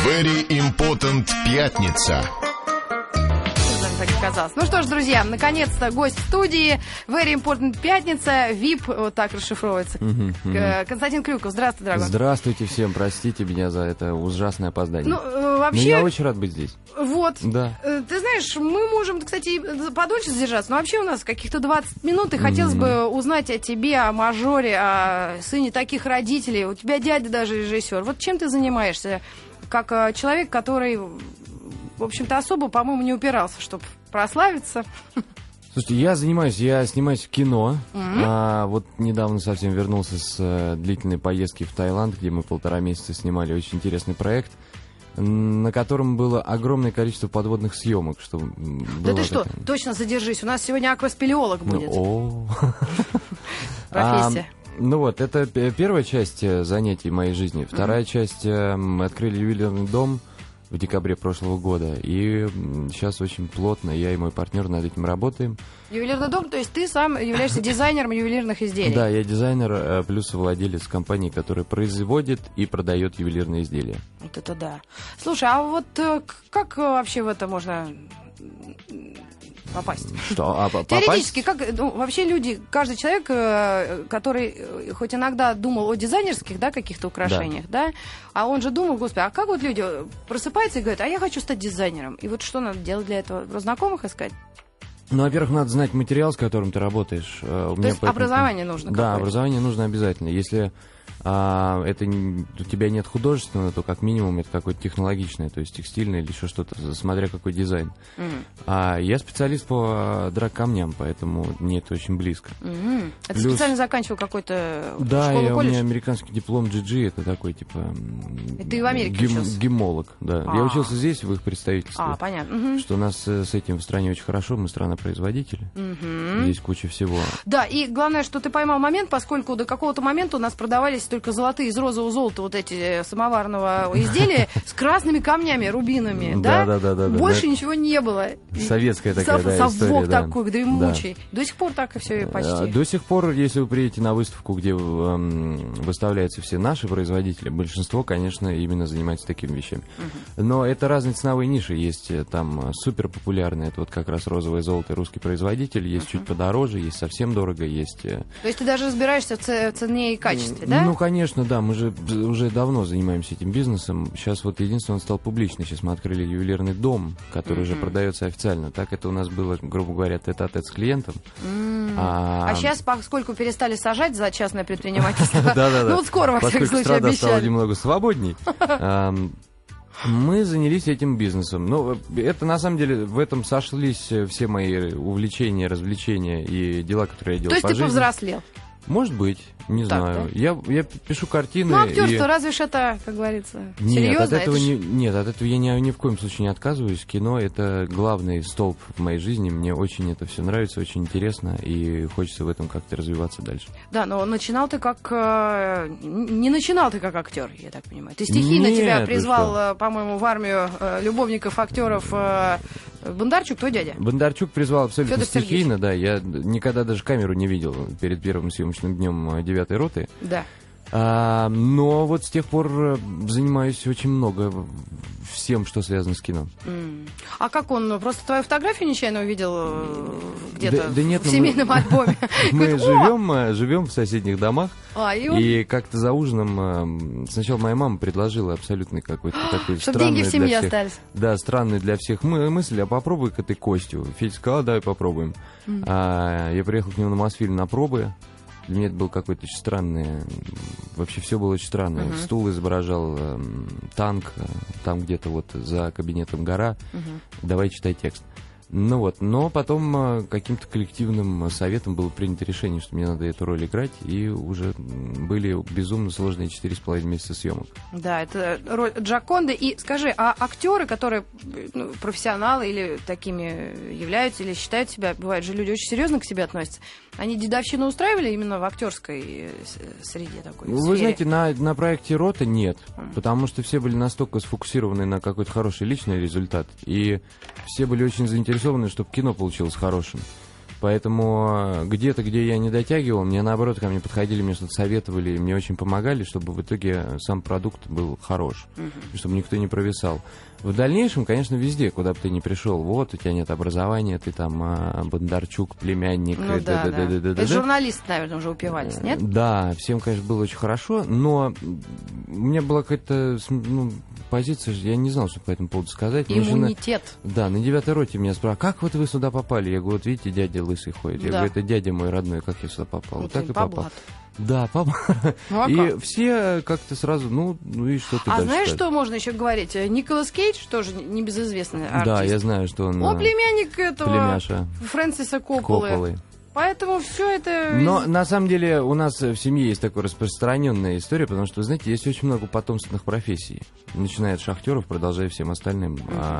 Very Important пятница. Так оказалось. Ну что ж, друзья, наконец-то гость в студии. Very Important пятница. VIP, вот так расшифровывается. Константин Крюков. Здравствуй, дорогой. Здравствуйте всем. Простите меня за это ужасное опоздание. Ну, вообще... Но я очень рад быть здесь. Вот. Да. Ты знаешь, мы можем, кстати, подольше задержаться, но вообще у нас каких-то 20 минут, и хотелось бы узнать о тебе, о мажоре, о сыне таких родителей. У тебя дядя даже режиссер. Вот чем ты занимаешься? Как человек, который... в общем-то, особо, по-моему, не упирался, чтобы прославиться. Слушайте, я снимаюсь в кино. Вот недавно совсем вернулся с длительной поездки в Таиланд, где мы 1,5 месяца снимали очень интересный проект, на котором было огромное количество подводных съемок. Да ты что, точно задержись, у нас сегодня акваспелеолог будет. Профессия. Ну вот, это первая часть занятий моей жизни. Вторая часть, мы открыли ювелирный дом в декабре прошлого года. И сейчас очень плотно я и мой партнер над этим работаем. Ювелирный дом, то есть ты сам являешься дизайнером ювелирных изделий? Да, я дизайнер, плюс владелец компании, которая производит и продает ювелирные изделия. Вот это да. Слушай, а вот как вообще в это можно... попасть? Теоретически, как вообще люди, каждый человек, который хоть иногда думал о дизайнерских, да, каких-то украшениях, да, а он же думал, господи, а как вот люди просыпаются и говорят, а я хочу стать дизайнером, и вот что надо делать для этого? Про знакомых искать? Ну, во-первых, надо знать материал, с которым ты работаешь. То есть образование нужно какое-то? Да, образование нужно обязательно. Если у тебя нет художественного, то как минимум это какое-то технологичное, то есть текстильное или еще что-то, смотря какой дизайн. Я специалист по драг-камням, поэтому мне это очень близко. Ты специально заканчивал какой-то да, школу, колледж? У меня американский диплом GG, это такой, типа... И ты в Америке учился? Гемолог, да. Я учился здесь, в их представительстве. Понятно. Что у нас с этим в стране очень хорошо, мы страна-производитель. Здесь куча всего. Да, и главное, что ты поймал момент, поскольку до какого-то момента у нас продавались только золотые из розового золота вот эти самоварного изделия с красными камнями, рубинами, да? Да. Больше ничего не было. Советская такая, да, совок история, такой, дремучий. Да. До сих пор так и все почти. До сих пор, если вы приедете на выставку, где выставляются все наши производители, большинство, конечно, именно занимается такими вещами. Но это разные ценовые ниши. Есть там супер популярные, это вот как раз розовое золото, русский производитель, есть чуть подороже, есть совсем дорого, есть... То есть ты даже разбираешься в цене и качестве, да? Ну, конечно, да, мы же уже давно занимаемся этим бизнесом. Сейчас вот единственное, он стал публичный. Сейчас мы открыли ювелирный дом, который уже продается официально. Так это у нас было, грубо говоря, тет-а-тет с клиентом. А сейчас, поскольку перестали сажать за частное предпринимательство, ну вот скоро, во всяком случае, страна обещали. стала немного свободней, мы занялись этим бизнесом. Ну, это на самом деле, в этом сошлись все мои увлечения, развлечения и дела, которые я делал по жизни. То есть ты повзрослел? Может быть, не знаю. Да? Я пишу картины. Ну, актерство, разве ж это, как говорится, серьезно? Нет, от этого я ни в коем случае не отказываюсь. Кино — это главный столб в моей жизни. Мне очень это все нравится, очень интересно, и хочется в этом как-то развиваться дальше. Да, но начинал ты как... Не начинал ты как актер, я так понимаю. Ты стихийно тебя призвал, по-моему, в армию любовников, актеров... Бондарчук, твой дядя? Бондарчук призвал абсолютно Федор стихийно, да. Я никогда даже камеру не видел перед первым съемочным днем 9-й роты. Да. Но вот с тех пор занимаюсь очень много всем, что связано с кино. А как он? Просто твою фотографию нечаянно увидел где-то в семейном альбоме? Мы живем в соседних домах. И как-то за ужином сначала моя мама предложила абсолютно какой-то такой чтобы деньги в семье остались. Да, странный для всех мысль, а попробуй-ка ты Костю. Федя сказал, давай попробуем. Я приехал к нему на Мосфильм на пробы. Для меня это было какое-то очень странное... Вообще все было очень странное. Стул изображал танк, там где-то вот за кабинетом гора. Давай читай текст. Ну вот, но потом каким-то коллективным советом было принято решение, что мне надо эту роль играть, и уже были безумно сложные 4,5 месяца съемок. Да, это роль Джоконды. И скажи, а актеры, которые профессионалы или такими являются, или считают себя, бывают же люди очень серьезно к себе относятся, они дедовщину устраивали именно в актерской среде такой? Вы знаете, на проекте «Рота» нет, потому что все были настолько сфокусированы на какой-то хороший личный результат, и все были очень заинтересованы, чтобы кино получилось хорошим. Поэтому где-то, где я не дотягивал, мне наоборот ко мне подходили, мне что-то советовали, мне очень помогали, чтобы в итоге сам продукт был хорош, чтобы никто не провисал. В дальнейшем, конечно, везде, куда бы ты ни пришел, вот, у тебя нет образования, ты там Бондарчук, племянник. Ну да. Это журналисты, наверное, уже упивались, нет? Да, всем, конечно, было очень хорошо, но у меня была какая-то позиция, я не знал, что по этому поводу сказать. Иммунитет. Да, на 9-й роте меня спрашивают, как вот вы сюда попали? Я говорю, вот видите, дядя лысый ходит. Я говорю, это дядя мой родной, как я сюда попал? Вот так и попал. Да, папа. Ну, и как? Все как-то сразу, и что ты дальше знаешь, скажешь? Что можно еще говорить? Николас Кейдж, тоже небезызвестный артист. Да, я знаю, что он... племянник этого племяша Фрэнсиса Копполы. Поэтому все это... Но на самом деле у нас в семье есть такая распространенная история, потому что, вы знаете, есть очень много потомственных профессий. Начиная от шахтеров, продолжая всем остальным.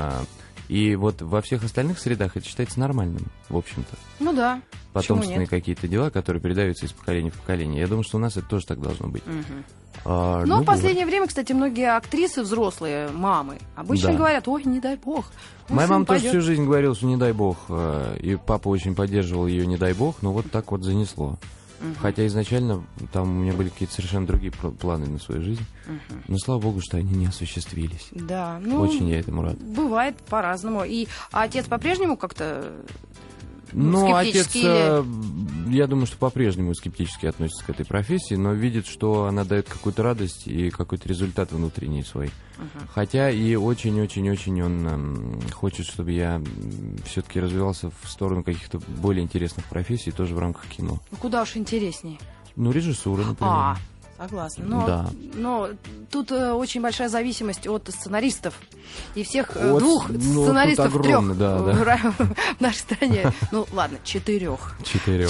И вот во всех остальных средах это считается нормальным, в общем-то. Ну да. Потомственные какие-то дела, которые передаются из поколения в поколение. Я думаю, что у нас это тоже так должно быть. Но в последнее время, кстати, многие актрисы взрослые, мамы, обычно говорят, ой, не дай бог. Моя мама тоже всю жизнь говорила, что не дай бог. И папа очень поддерживал ее, не дай бог, но вот так вот занесло. Хотя изначально там у меня были какие-то совершенно другие планы на свою жизнь. Но слава богу, что они не осуществились. Да, очень я этому рад. Бывает по-разному. И отец по-прежнему как-то... отец, я думаю, что по-прежнему скептически относится к этой профессии, но видит, что она дает какую-то радость и какой-то результат внутренний свой. Хотя и очень-очень-очень он хочет, чтобы я все-таки развивался в сторону каких-то более интересных профессий, тоже в рамках кино. Куда уж интереснее. Режиссура, например. Согласна. Но тут очень большая зависимость от сценаристов. И всех двух сценаристов, трех в нашей стране. Ладно, 4. 4.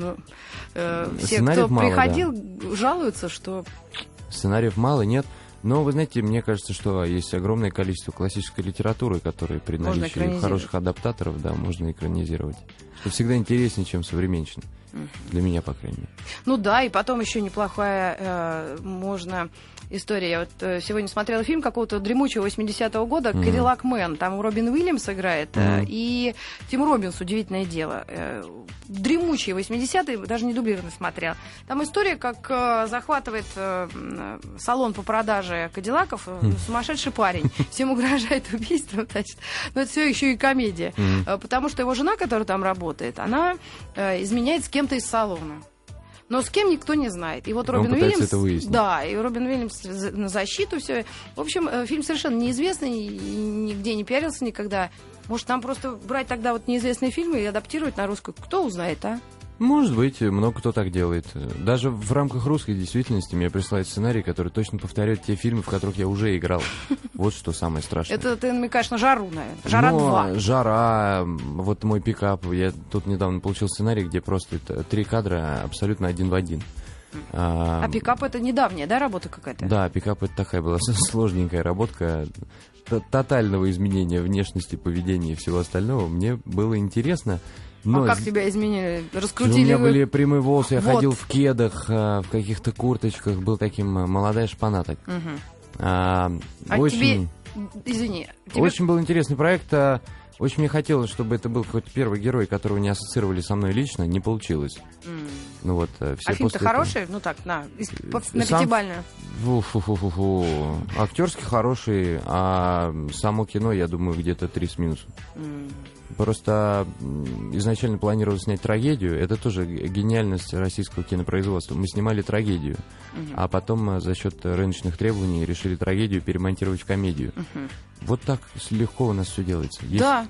Все, кто приходил, жалуются, что... Сценариев мало, нет. Но, вы знаете, мне кажется, что есть огромное количество классической литературы, которые при наличии хороших адаптаторов, можно экранизировать. Это всегда интереснее, чем современщина. Для меня, по крайней мере. И потом еще неплохая можно история. Я вот сегодня смотрела фильм какого-то дремучего 80-го года «Кадиллак Мэн». Там Робин Уильямс играет. И Тим Роббинс, удивительное дело. Дремучие 80-е, даже не дублированно смотрел. Там история, как захватывает салон по продаже кадиллаков сумасшедший парень. Всем угрожает убийством, значит. Но это все еще и комедия. Потому что его жена, которая там работает, она изменяет с кем-то из салона. Но с кем никто не знает. И вот Робин Уильямс... Да, и Робин Уильямс на защиту все. В общем, фильм совершенно неизвестный, и нигде не пиарился никогда. Может, нам просто брать тогда вот неизвестные фильмы и адаптировать на русскую? Кто узнает, а? Может быть, много кто так делает. Даже в рамках русской действительности мне присылают сценарии, которые точно повторяют те фильмы, в которых я уже играл. Вот что самое страшное. Это ты намекаешь на «Жару», наверное. «Жара 2». «Жара», вот мой пикап. Я тут недавно получил сценарий, где просто 3 кадра абсолютно один в один. А пикап — это недавняя, да, работа какая-то? Да, пикап — это такая была сложненькая работка. Тотального изменения внешности, поведения и всего остального. Мне было интересно. Но как тебя изменили? Раскрутили? У меня были прямые волосы, я ходил в кедах, в каких-то курточках, был таким молодая шпана так. Очень... Извини. Очень был интересный проект. Очень мне хотелось, чтобы это был какой-то первый герой, которого не ассоциировали со мной лично. Не получилось. Все фильм-то хороший? На пятибалльную. Актерский хороший, а само кино, я думаю, где-то 3 с минусом. Просто изначально планировалось снять трагедию. Это тоже гениальность российского кинопроизводства. Мы снимали трагедию, а потом за счет рыночных требований решили трагедию перемонтировать в комедию. Вот так легко у нас все делается. Да.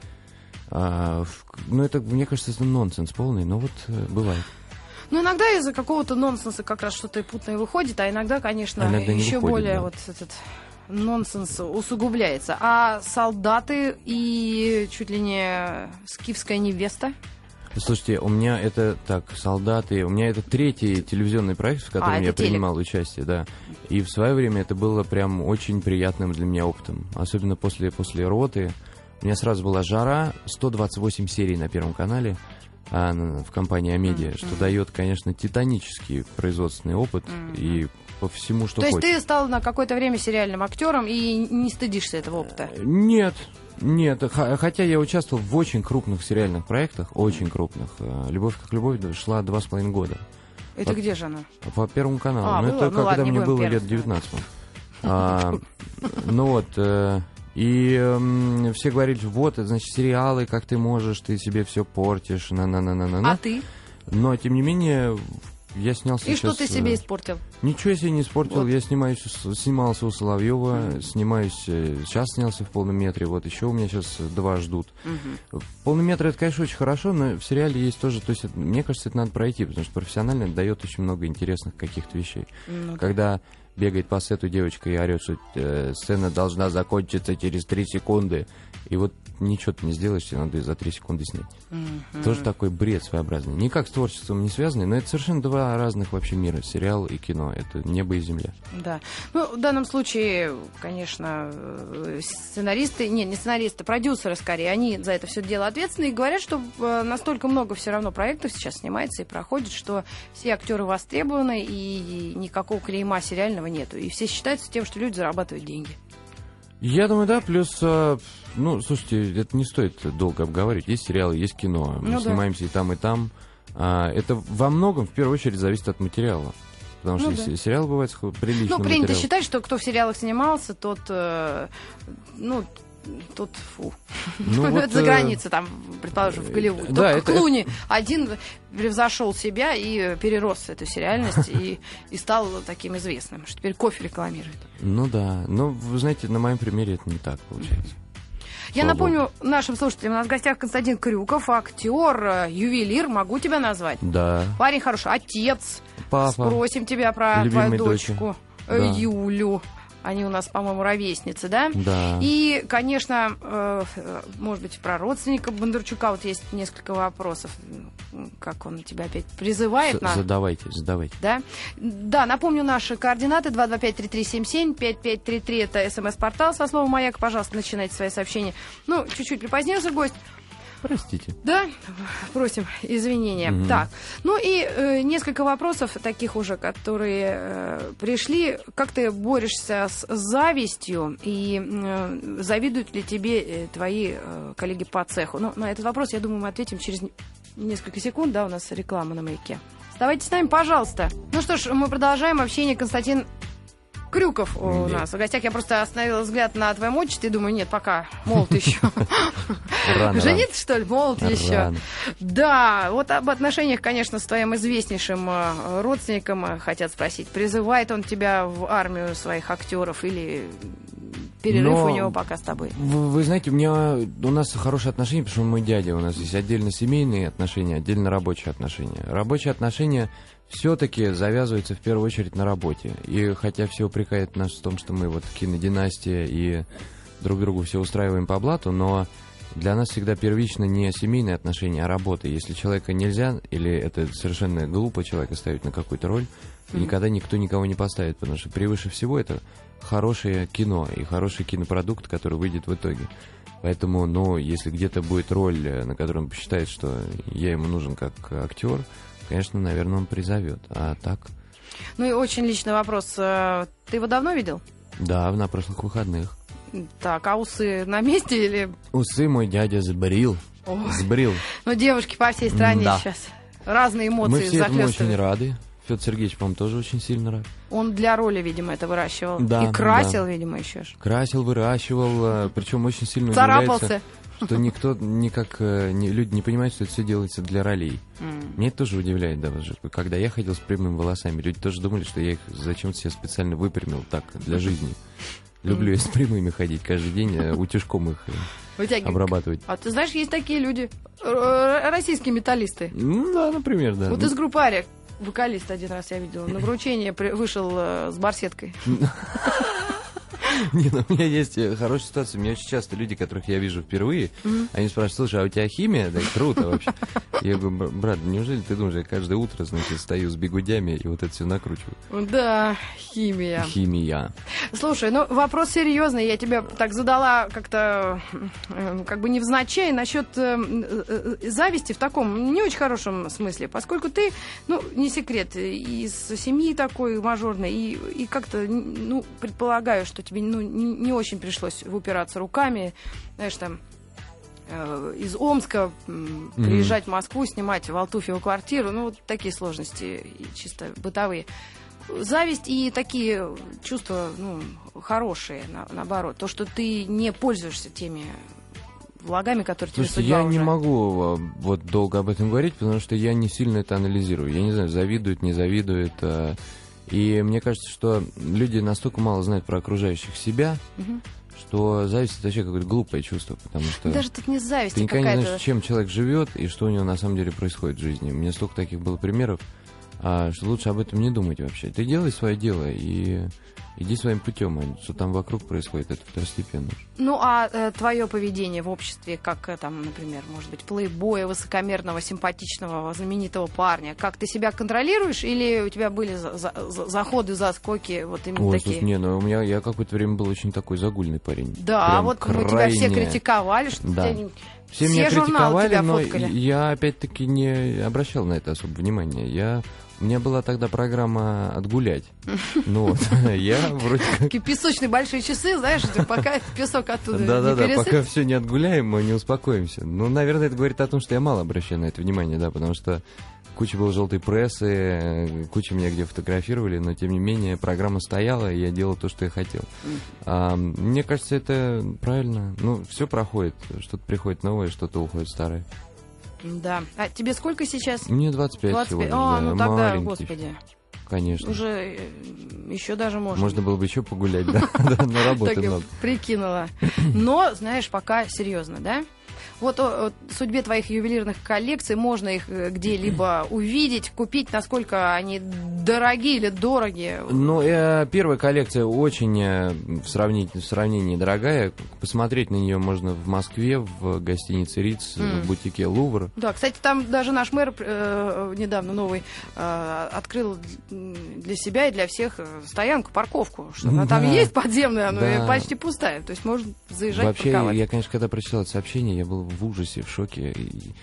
Это, мне кажется, это нонсенс полный, но вот бывает. Иногда из-за какого-то нонсенса как раз что-то путное выходит, а иногда, конечно, еще более вот этот нонсенс усугубляется. А «Солдаты» и чуть ли не «Скифская невеста»? Слушайте, у меня это «Солдаты», у меня это 3-й телевизионный проект, в котором я принимал участие, да. И в свое время это было прям очень приятным для меня опытом. Особенно после роты. У меня сразу была «Жара», 128 серий на Первом канале в компании «Амедиа», что дает, конечно, титанический производственный опыт и по всему, что хочешь. хочешь. То есть ты стал на какое-то время сериальным актером и не стыдишься этого опыта? Нет, хотя я участвовал в очень крупных сериальных проектах, очень крупных. «Любовь как любовь» шла 2,5 года. Это где же она? По Первому каналу. Это когда мне было лет 19. И все говорили, вот, значит, сериалы, как ты можешь, ты себе все портишь, А ты? Но, тем не менее, я снялся И сейчас... что ты себе испортил? Ничего я себе не испортил. Вот. Я снимался у Соловьева, сейчас снялся в «Полном метре». Вот еще у меня сейчас 2 ждут. «Полный метр» — это, конечно, очень хорошо, но в сериале есть тоже... То есть, мне кажется, это надо пройти, потому что профессионально это дает очень много интересных каких-то вещей. Когда бегает по сету девочка и орет, что сцена должна закончиться через 3 секунды. И вот ничего ты не сделаешь, тебе надо за 3 секунды снять. Тоже такой бред своеобразный. Никак с творчеством не связанный, но это совершенно 2 разных вообще мира. Сериал и кино. Это небо и земля. Да. Ну, в данном случае, конечно, сценаристы, не сценаристы, продюсеры скорее, они за это все дело ответственны и говорят, что настолько много все равно проектов сейчас снимается и проходит, что все актеры востребованы и никакого клейма сериального нету. И все считаются тем, что люди зарабатывают деньги. Я думаю, да, плюс, слушайте, это не стоит долго обговаривать. Есть сериалы, есть кино, мы снимаемся и там, и там. Это во многом, в первую очередь, зависит от материала. Потому что сериал бывает приличный материал. Принято считать, что кто в сериалах снимался, тот фу. За границей, там, предположим, в Голливуде. Да, только Клуни один превзошел себя и перерос эту сериальность и стал таким известным, что теперь кофе рекламирует. Ну да, но вы знаете, на моем примере это не так получается. Я напомню нашим слушателям, у нас в гостях Константин Крюков, актер, ювелир, могу тебя назвать? Да. Парень хороший, отец. Папа. Спросим тебя про твою дочку Юлю. Они у нас, по-моему, ровесницы, да? Да. И, конечно, может быть, про родственника Бондарчука вот есть несколько вопросов. Как он тебя опять призывает? Задавайте. Да? Да, напомню наши координаты. 225-3377, 5533 — это СМС-портал со словом «Маяк». Пожалуйста, начинайте свои сообщения. Ну, чуть-чуть припозднился гость. Простите. Да, просим извинения. Так, ну и несколько вопросов таких уже, которые пришли. Как ты борешься с завистью и завидуют ли тебе твои коллеги по цеху? Ну, на этот вопрос, я думаю, мы ответим через несколько секунд. Да, у нас реклама на «Маяке». Оставайтесь с нами, пожалуйста. Ну что ж, мы продолжаем общение. Константин Крюков у нас в гостях. Я просто остановила взгляд на твоем отчестве и думаю, нет, пока молод еще. Жениться, что ли? Молод еще. Да, вот об отношениях, конечно, с твоим известнейшим родственником хотят спросить. Призывает он тебя в армию своих актеров или перерыв у него пока с тобой? Вы знаете, у нас хорошие отношения, потому что он мой дядя. У нас есть отдельно семейные отношения, отдельно рабочие отношения. Рабочие отношения все-таки завязываются в первую очередь на работе. И хотя все упрекают нас в том, что мы вот кинодинастия и друг другу все устраиваем по блату, но для нас всегда первично не семейные отношения, а работа. Если человека нельзя, или это совершенно глупо человека ставить на какую-то роль, никогда никто никого не поставит, потому что превыше всего это хорошее кино и хороший кинопродукт, который выйдет в итоге. Поэтому, если где-то будет роль, на которой он посчитает, что я ему нужен как актер, конечно, наверное, он призовет. А так... Ну и очень личный вопрос. Ты его давно видел? Да, на прошлых выходных. Так, а усы на месте или... Усы мой дядя сбрил. Сбрил. Ну, девушки по всей стране сейчас разные эмоции захлестывают. Мы все этому очень рады. Федор Сергеевич, по-моему, тоже очень сильно рад. Он для роли, видимо, это выращивал. Да, и красил, видимо, еще. Красил, выращивал, причем очень сильно царапался. Что никто люди не понимают, что это все делается для ролей. Меня это тоже удивляет, да, когда я ходил с прямыми волосами, люди тоже думали, что я их зачем-то себе специально выпрямил так, для жизни. Люблю я с прямыми ходить каждый день, утюжком их обрабатывать. А ты знаешь, есть такие люди, российские металлисты. Ну да, например, да. Вот из группы «Ария» вокалист один раз я видела, на вручение вышел с барсеткой. Нет, у меня есть хорошая ситуация. У меня очень часто люди, которых я вижу впервые, они спрашивают: слушай, а у тебя химия? Да, круто вообще. Я говорю: брат, неужели ты думаешь, я каждое утро, значит, стою с бигудями и вот это все накручиваю? Да, химия. Химия. Слушай, ну вопрос серьезный. Я тебе так задала как-то как бы невзначай насчет зависти в таком не очень хорошем смысле, поскольку ты, ну, не секрет, из семьи такой мажорной, и как-то, ну, предполагаю, что тебе, ну, не очень пришлось выпираться руками, знаешь, там, из Омска приезжать в Москву, снимать в Алтуфьево квартиру, ну, вот такие сложности чисто бытовые. Зависть и такие чувства, ну, хорошие, наоборот. То, что ты не пользуешься теми благами, которые тебе судьба я уже... не могу вот долго об этом говорить, потому что я не сильно это анализирую. Я не знаю, завидуют, не завидуют. И мне кажется, что люди настолько мало знают про окружающих себя, что зависть — это вообще какое-то глупое чувство, потому что... Даже тут не зависть, ты никогда какая-то... не знаешь, чем человек живет и что у него на самом деле происходит в жизни. У меня столько таких было примеров, что лучше об этом не думать вообще. Ты делай свое дело и иди своим путем, а что там вокруг происходит, это второстепенно. Ну, а твое поведение в обществе, как там, например, может быть, плейбоя, высокомерного, симпатичного, знаменитого парня, как ты себя контролируешь, или у тебя были заходы, заскоки, вот именно такие? Слушай, не, ну я какое-то время был очень такой загульный парень. Да, прям вот крайне... мы тебя все критиковали, что да. тебя... Все меня критиковали, тебя но фоткали. Я опять-таки не обращал на это особо внимания. У меня была тогда программа «Отгулять». Ну вот, я вроде как... Такие песочные большие часы, знаешь, пока песок оттуда не пересыпется. Да-да-да, пока все не отгуляем, мы не успокоимся. Ну, наверное, это говорит о том, что я мало обращаю на это внимание, да, потому что куча было желтой прессы, куча меня где фотографировали, но, тем не менее, программа стояла, и я делал то, что я хотел. Мне кажется, это правильно. Ну, все проходит, что-то приходит новое, что-то уходит старое. Да. А тебе сколько сейчас? Мне 25 всего лишь, да, ну тогда, маленький. господи. Конечно. Уже еще даже можно. Можно было бы еще погулять, да, на работу так много. Прикинула. Но, знаешь, пока серьезно, да? Вот о судьбе твоих ювелирных коллекций, можно их где-либо увидеть, купить, насколько они дорогие или дороги? Ну, первая коллекция очень в сравнении дорогая. Посмотреть на нее можно в Москве, в гостинице Риц, в бутике Лувр. Да, кстати, там даже наш мэр недавно новый открыл для себя и для всех стоянку, парковку. Что она там есть подземная, она почти пустая. То есть можно заезжать, вообще, парковать. Я, конечно, когда прочитал это сообщение, я был в ужасе, в шоке. И,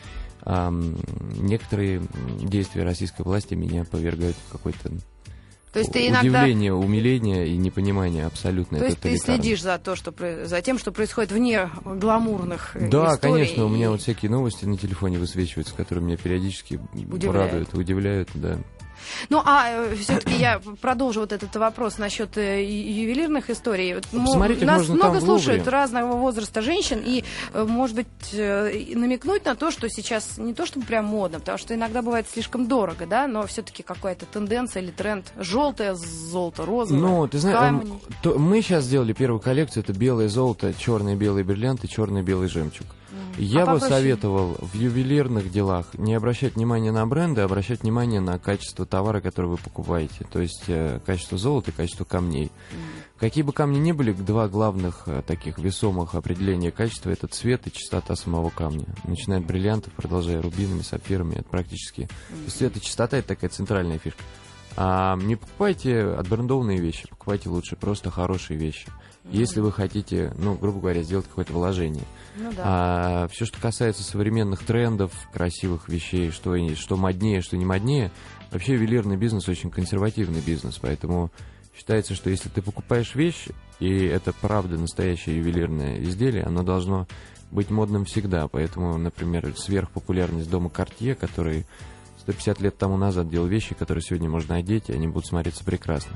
некоторые действия российской власти меня повергают в какой-то удивление, умиление и непонимание абсолютно. То есть ты следишь за тем, что происходит вне гламурных историй? Да, конечно, у меня вот всякие новости на телефоне высвечиваются, которые меня периодически радуют, удивляют, да. Ну, а все-таки я продолжу вот этот вопрос насчет ювелирных историй. Посмотрите, нас много слушают разного возраста женщин, и, может быть, намекнуть на то, что сейчас не то чтобы прям модно, потому что иногда бывает слишком дорого, да, но все-таки какая-то тенденция или тренд. Желтое золото, розовое, ну, ты знаешь, камни. Мы сейчас сделали первую коллекцию, это белое золото, черные белые бриллианты, черный белый жемчуг. Я бы советовал в ювелирных делах не обращать внимания на бренды, а обращать внимание на качество товара, который вы покупаете. То есть качество золота и качество камней. Какие бы камни ни были, два главных таких весомых определения качества — это цвет и чистота самого камня. Начиная от бриллиантов, продолжая рубинами, сапфирами, это практически... То есть цвет и чистота — это такая центральная фишка. Не покупайте отбрендованные вещи, покупайте лучше просто хорошие вещи. Если вы хотите, ну, грубо говоря, сделать какое-то вложение. Ну, да. Все, что касается современных трендов, красивых вещей, что моднее, что не моднее, вообще ювелирный бизнес очень консервативный бизнес, поэтому считается, что если ты покупаешь вещь, и это правда настоящее ювелирное изделие, оно должно быть модным всегда. Поэтому, например, сверхпопулярность дома Cartier, который 150 лет тому назад делал вещи, которые сегодня можно одеть, и они будут смотреться прекрасно.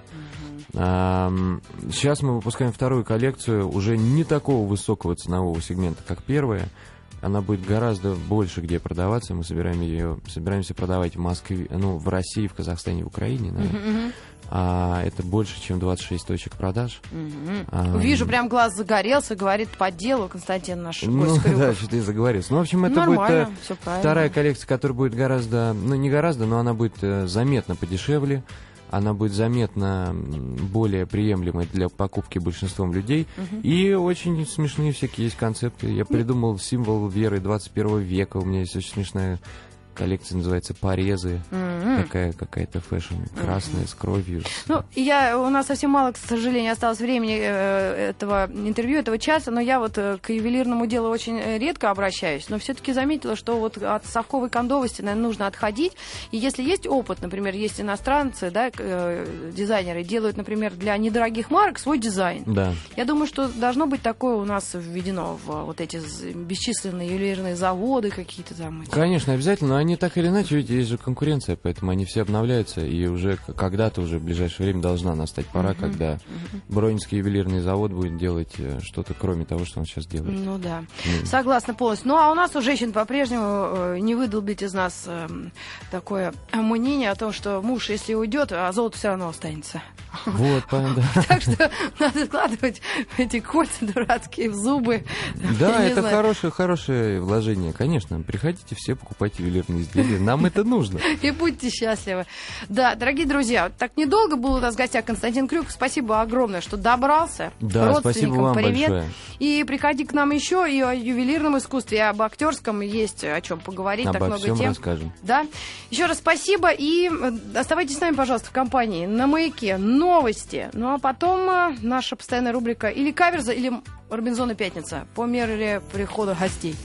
Сейчас мы выпускаем вторую коллекцию уже не такого высокого ценового сегмента, как первая. Она будет гораздо больше где продаваться. Мы собираемся продавать в Москве, в России, в Казахстане, в Украине, наверное. Это больше, чем 26 точек продаж. Вижу, прям глаз загорелся, говорит по делу Константин наш гость Крюков. Да, что-то и загорелся. В общем, это будет вторая коллекция, которая будет гораздо, но она будет заметно подешевле. она будет заметно более приемлемой для покупки большинством людей. И очень смешные всякие есть концепты. Я придумал символ веры 21 века. У меня есть очень смешная коллекция, называется «Порезы». Такая какая-то фэшн, красная, с кровью. Ну, у нас совсем мало, к сожалению, осталось времени этого интервью, этого часа, но я вот к ювелирному делу очень редко обращаюсь, но все-таки заметила, что вот от совковой кондовости, наверное, нужно отходить. И если есть опыт, например, есть иностранцы, да, дизайнеры, делают, например, для недорогих марок свой дизайн. Да. Я думаю, что должно быть такое у нас введено в вот эти бесчисленные ювелирные заводы какие-то там. Конечно, обязательно, но они так или иначе, ведь есть же конкуренция, поэтому они все обновляются, и уже когда-то, уже в ближайшее время должна настать пора, когда Бронинский ювелирный завод будет делать что-то, кроме того, что он сейчас делает. Ну да, согласна полностью. Ну а у нас у женщин по-прежнему не выдолбить из нас такое мнение о том, что муж, если уйдет, а золото все равно останется. Вот, да. Так что надо складывать эти кольца дурацкие в зубы. Да, это хорошее вложение, конечно. Приходите все, покупайте ювелирные изделия, нам это нужно. И будьте счастливы. Да, дорогие друзья, так недолго был у нас в гостях Константин Крюков. Спасибо огромное, что добрался. Да, спасибо вам привет. большое. И приходи к нам еще, и о ювелирном искусстве, и об актерском есть о чем поговорить. Обо так много всем тем. расскажем. Да. Еще раз спасибо, и оставайтесь с нами, пожалуйста, в компании на Маяке. Новости. Ну а потом наша постоянная рубрика или каверза, или Робинзон и Пятница по мере прихода гостей.